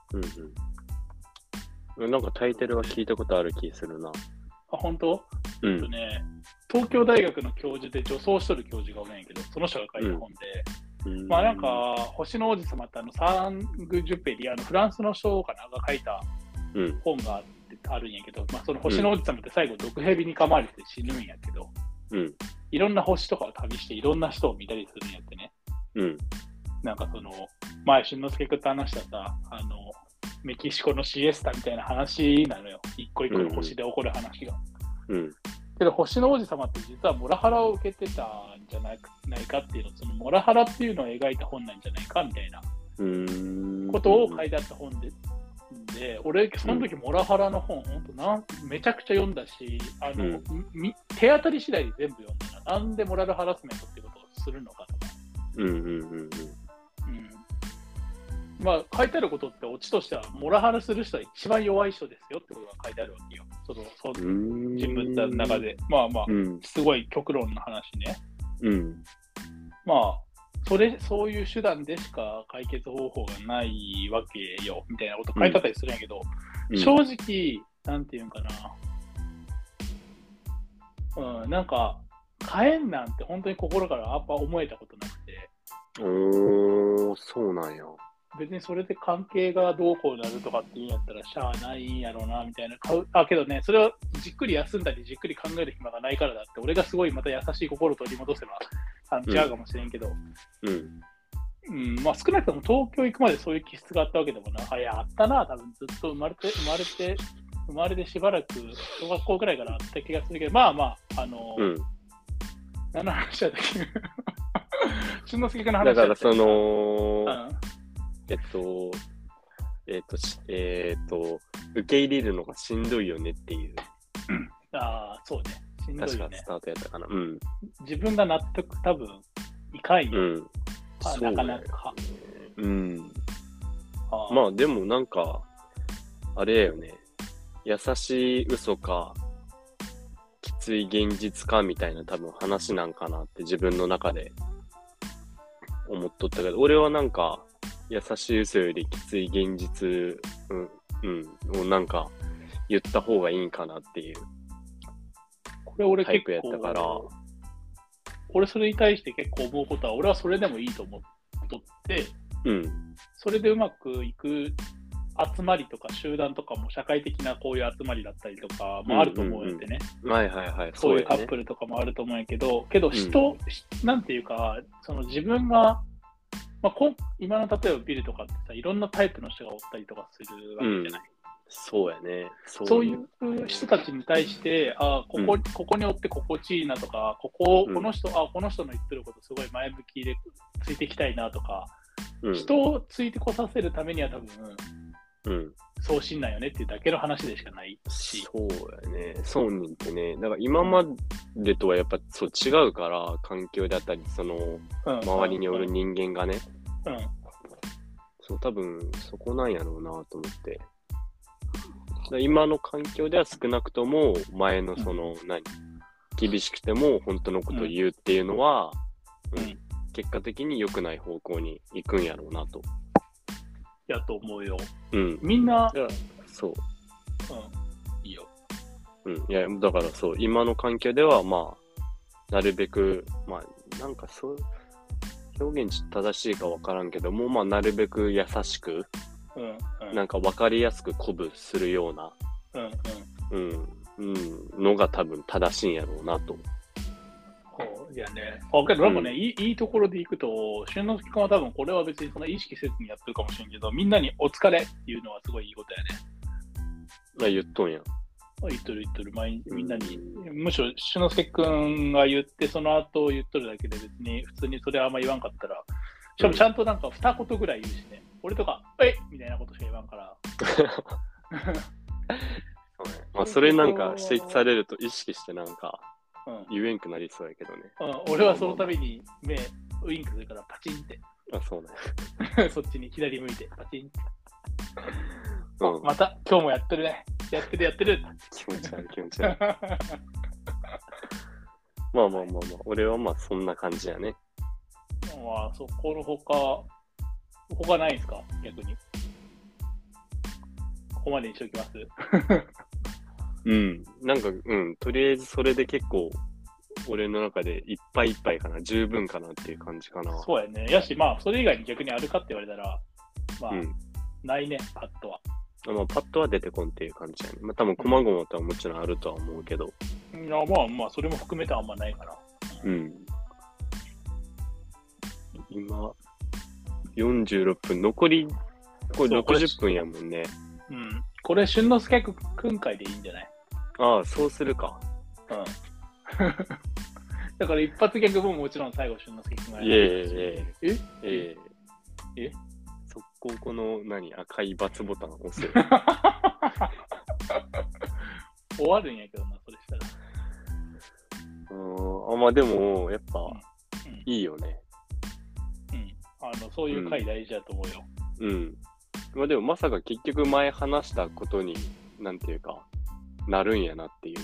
なんかタイトルは聞いたことある気するな。 本当？東京大学の教授で女装しとる教授がおるんやけど、その人が書いた本で、なんか星の王子様ってサングジュペリフランスの人かなが書いた本があるんやけど、その星の王子様って最後毒蛇に噛まれて死ぬんやけど、いろんな星とかを旅していろんな人を見たりするんやってね。なんかその前俊之介君と話したさ、メキシコのシエスタみたいな話なのよ。一個一個の星で起こる話が。けど星の王子様って実はモラハラを受けてたんじゃないかっていうの、そのモラハラっていうのを描いた本なんじゃないかみたいなことを書いてあった本で、俺その時モラハラの本めちゃくちゃ読んだし、手当たり次第で全部読んだな。なんでモラルハラスメントっていうことをするのかとか。書いてあることってオチとしてはモラハラする人は一番弱い人ですよってことが書いてあるわけよ。その人物の中ですごい極論の話ね。そういう手段でしか解決方法がないわけよみたいなこと書いてあったりするんやけど、正直なんていうんかな、なんか変えんなんて本当に心からやっぱ思えたことなくて。 そうなんや。 別にそれで関係がどうこうなるとかっていうんやったらしゃあないんやろうなみたいな。けどね、それはじっくり休んだりじっくり考える暇がないからだって、俺がすごいまた優しい心を取り戻せば違うかもしれんけど、少なくとも東京行くまでそういう気質があったわけでもな。あったな、多分ずっと生まれてしばらく小学校ぐらいからあった気がするけど、何の話だったっけ俊之介君の話だったっけ。だからその、受け入れるのがしんどいよねっていう。 そうね。しんどいよね。 確かスタートやったかな。 自分が納得多分いかんよ。なかなか。 でもなんか、あれやよね。優しい嘘か、きつい現実かみたいな多分話なんかなって自分の中で思っとったけど、俺はなんか、優しい嘘よりきつい現実、をなんか言った方がいいんかなっていうタイプやったから、 俺それに対して結構思うことは、俺はそれでもいいと思っとって、それでうまくいく集まりとか集団とかも社会的なこういう集まりだったりとかもあると思うんやってね。そういうカップルとかもあると思うんやけど、なんていうか、その自分が今の例えばビルとかってさ、いろんなタイプの人がおったりとかするわけじゃない。 そうやね。 そういう人たちに対して、ここにおって心地いいなとか、この人の言ってることすごい前向きでついていきたいなとか、人をついてこさせるためには多分、そうしんないよねっていうだけの話でしかないし。 そうやね。そうねってね。だから今までとはやっぱそう違うから、環境であったり、その、周りにおる人間がね。そう、多分そこなんやろうなと思って。今の環境では少なくとも前のその、厳しくても本当のことを言うっていうのは、結果的に良くない方向に行くんやろうなと。 やと思うよ。みんな、 そう。 いいよ。 いや、だからそう、今の環境ではなるべく、なんかそう、 表現正しいか分からんけども、まあなるべく優しく、なんか分かりやすく鼓舞するような、のが多分正しいんやろうなと。 いやね。けどなんかね、いいところでいくと、俊之介君は多分これは別にそんな意識せずにやってるかもしれんけど、みんなにお疲れっていうのはすごいいいことやね。 言っとんや。 言っとる。みんなに。むしろ俊之介君が言って、その後言っとるだけで別に普通にそれあんま言わんかったら、しかもちゃんとなんか二言ぐらい言うしね。俺とか、みたいなことしか言わんから。 まあそれなんか指摘されると意識してなんか言えんくなりそうやけどね。 俺はその度に目ウインクするからパチンって。 そうね。そっちに左向いてパチンって。また今日もやってるね。やってる。 気持ち悪い。まあ。俺はまあそんな感じやね。 まあそこの他ないんですか逆に。ここまでにしておきます。 なんかとりあえずそれで結構俺の中でいっぱいいっぱいかな、十分かなっていう感じかな。 そうやね。やし、まあそれ以外に逆にあるかって言われたら、まあ、ないね、パッとは。 まあパッとは出てこんっていう感じやね。まあ多分細々とはもちろんあるとは思うけど。 いやまあそれも含めてあんまないかな。 今46分、残りこれ60分やもんね。 これ俊之介君回でいいんじゃない？ そうするか。 だから一発ギャグももちろん最後俊之介君が速攻この赤い×ボタンを押す。 終わるんやけどな、それしたら。 まあでもやっぱ、いいよね。 そういう回大事だと思うよ。 まあでもまさか結局前話したことになんていうかなるんやなっていう。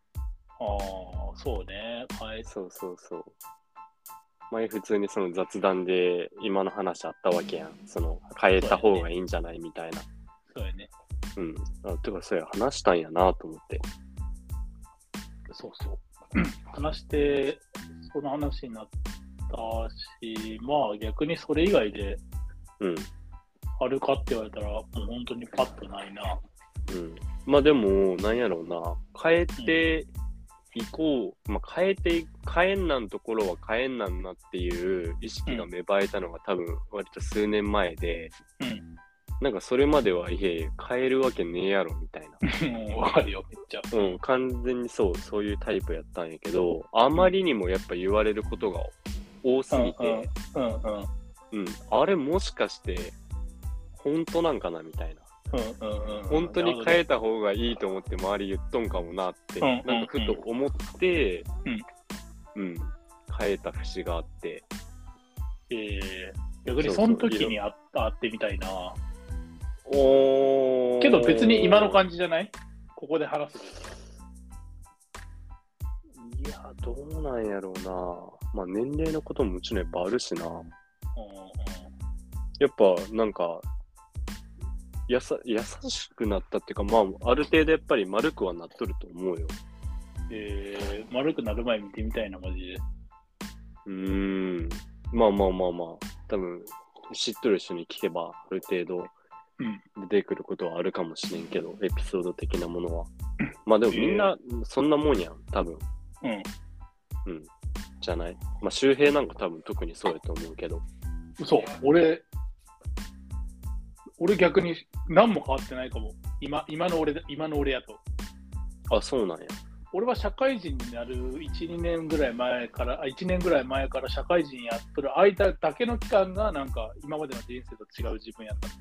そうね。はい。 そう。前普通にその雑談で今の話あったわけやん。その変えた方がいいんじゃないみたいな。 そうやね。 てかそうや話したんやなと思って。 そう。話してその話になったし、まあ逆にそれ以外であるかって言われたらもう本当にパッとないな。 まあでもなんやろうな、変えていこう、変えんなんところは変えんなんなっていう意識が芽生えたのが多分割と数年前で、なんかそれまではいえ変えるわけねえやろみたいな。わかるよめっちゃ。 完全にそういうタイプやったんやけど、あまりにもやっぱ言われることが多すぎて、あれもしかして本当なんかなみたいな。本当に変えた方がいいと思って周り言っとんかもなって、なんかふと思って、変えた節があって。 逆にその時に会ってみたいな。けど別に今の感じじゃない？ここで話す。 いや、どうなんやろうな。まあ年齢のことももちろんやっぱあるしな。やっぱなんか、優しくなったっていうか、まあ、ある程度やっぱり丸くはなっとると思うよ。 丸くなる前見てみたいな、マジで。 まあ。多分、知っとる人に聞けば、ある程度出てくることはあるかもしれんけど、エピソード的なものは。まあでもみんな、そんなもんやん、多分。じゃない？まあ、周平なんか多分特にそうやと思うけど。 そう、俺逆に何も変わってないかも。今の俺やと。 そうなんや。 俺は社会人になる1年ぐらい前から社会人やっとる間だけの期間がなんか今までの人生と違う自分やったから。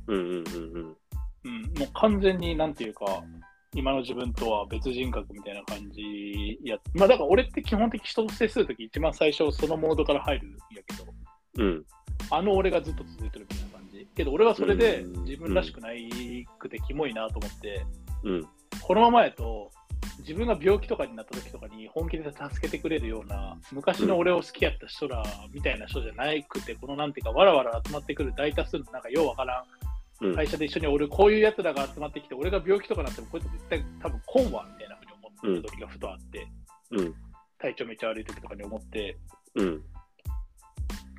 もう完全になんていうか、今の自分とは別人格みたいな感じや。まあだから俺って基本的に人と接するとき一番最初そのモードから入るんやけど、俺がずっと続いてるみたいな感じ。けど俺はそれで自分らしくないくてキモいなと思って、このままやと自分が病気とかになった時とかに本気で助けてくれるような昔の俺を好きやった人らみたいな人じゃなくて、このなんていうかわらわら集まってくる大多数のなんかようわからん会社で一緒に俺こういうやつらが集まってきて、俺が病気とかなってもこいつ絶対多分コンワみたいなふうに思ってる時がふとあって、体調めっちゃ悪い時とかに思って、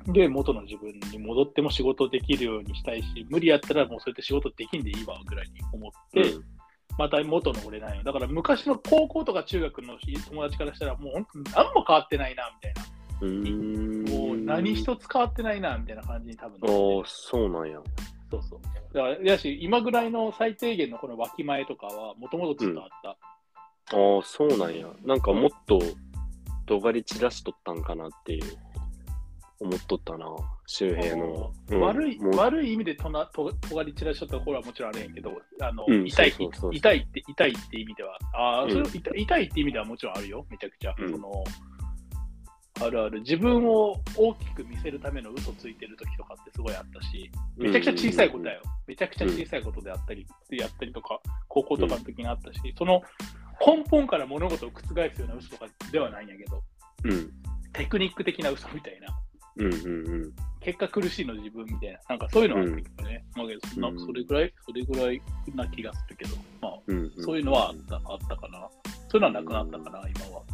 で、元の自分に戻っても仕事できるようにしたいし、無理やったらもうそうやって仕事できんでいいわぐらいに思って、また元の俺なんよ。だから昔の高校とか中学の友達からしたら、もう本当に何も変わってないな、みたいな。もう何一つ変わってないな、みたいな感じに多分。 ああ、そうなんや。 そうそう。だから、やし、今ぐらいの最低限のこのわきまえとかは、もともとずっとあった。 ああ、そうなんや。なんかもっと尖り散らしとったんかなっていう。思っとったな、周平の。 悪い意味で尖り散らしとったところはもちろんあれやんけど、痛いって意味では、それ痛いって意味ではもちろんあるよ、めちゃくちゃ。あるある。自分を大きく見せるための嘘ついてる時とかってすごいあったし、めちゃくちゃ小さいことだよ。めちゃくちゃ小さいことであったりとか、高校とかの時にあったし、その根本から物事を覆すような嘘とかではないんやけど、テクニック的な嘘みたいな。結果苦しいの自分みたいな、なんかそういうのはあったけどね。それぐらいな気がするけど、まあ、そういうのはあったかな。そういうのはなくなったかな、今は。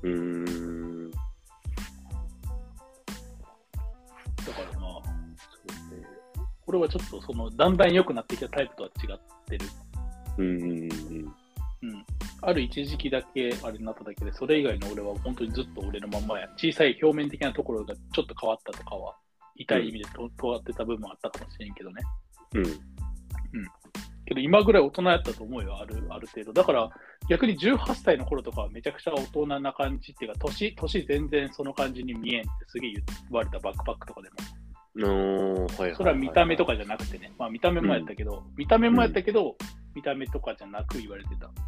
だからまあ、そうね。これはちょっとだんだん良くなってきたタイプとは違ってる。ある一時期だけあれになっただけで、それ以外の俺は本当にずっと俺のまんまや。小さい表面的なところがちょっと変わったとかは、痛い意味で尖ってた部分もあったかもしれんけどね。けど今ぐらい大人やったと思うよ、ある程度。だから逆に18歳の頃とかはめちゃくちゃ大人な感じっていうか、年全然その感じに見えんってすげえ言われた、バックパックとかでも。それは見た目とかじゃなくてね。まあ見た目もやったけど、見た目とかじゃなく言われてた。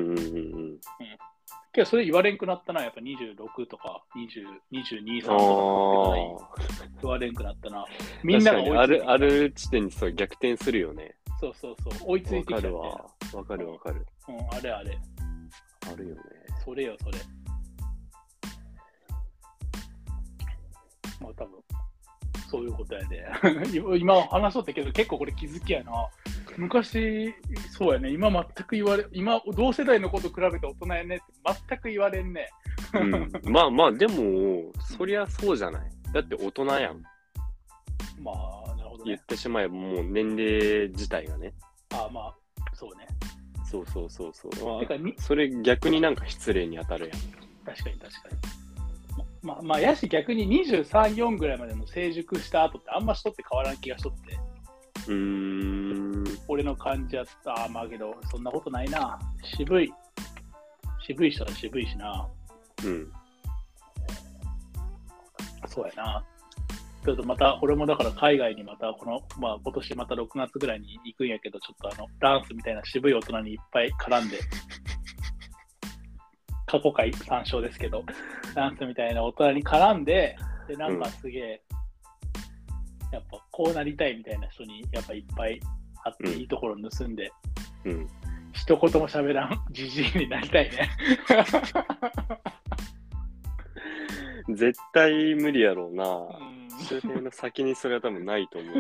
けどそれ言われんくなったな、やっぱ26とか22、3とか言われんくなったな。みんながある地点にそう逆転するよね。 そう、追いついてきたみたいな。 わかる。 あれ。 あるよね。 それ。まあ多分、そういうことやで。今話しとったけど、結構これ気づきやな。昔、そうやね、今同世代のこと比べて大人やねって全く言われんね。 まあ、でも、そりゃそうじゃない。だって大人やん。 まあ、なるほどね。 言ってしまえばもう年齢自体がね。 まあ、そうね。 そう。それ逆になんか失礼に当たるやん。 確かに。まあ、やし逆に23、4ぐらいまでの成熟した後ってあんま人って変わらん気がしとって。俺の感じやった。まあけど、そんなことないな。渋い人は渋いしな。そうやな。ちょっとまた、俺もだから海外にまた今年また6月ぐらいに行くんやけど、ちょっとダンスみたいな渋い大人にいっぱい絡んで、過去回参照ですけど、ダンスみたいな大人に絡んで、で、なんかすげえ、やっぱこうなりたいみたいな人にやっぱいっぱい会っていいところを盗んで、一言も喋らんじじいになりたいね。 絶対無理やろうな。周平の先にそれは多分ないと思う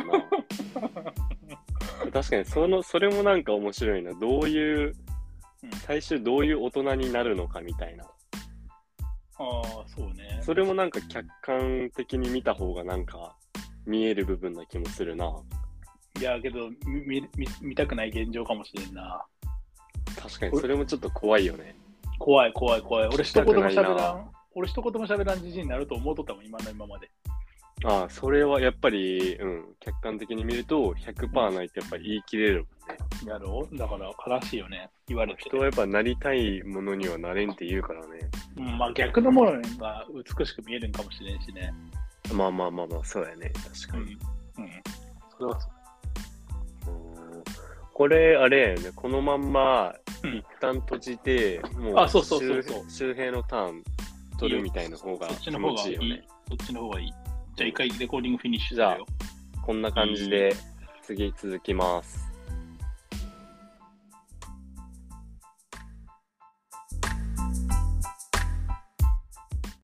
な。確かにそれもなんか面白いな。最終どういう大人になるのかみたいな。 そうね。 それもなんか客観的に見た方がなんか見える部分な気もするな。 いやけど見たくない現状かもしれんな。 確かにそれもちょっと怖いよね。 怖い。俺一言も喋らんじじいになると思うとったもん、今まで。 それはやっぱり、客観的に見ると 100% ないとやっぱり言い切れるもんね。 やろうだから悲しいよね、言われて。 人はやっぱなりたいものにはなれんって言うからね。 まあ逆のものが美しく見えるんかもしれんしね。 まあ、そうやね、確かに。 それはそう。 これ、あれやよね、このまんま、一旦閉じて、もう、周平のターン取るみたいな方が気持ちいいよね。 そっちの方がいい。じゃあ一回レコーディングフィニッシュじゃあ、こんな感じで次続きます。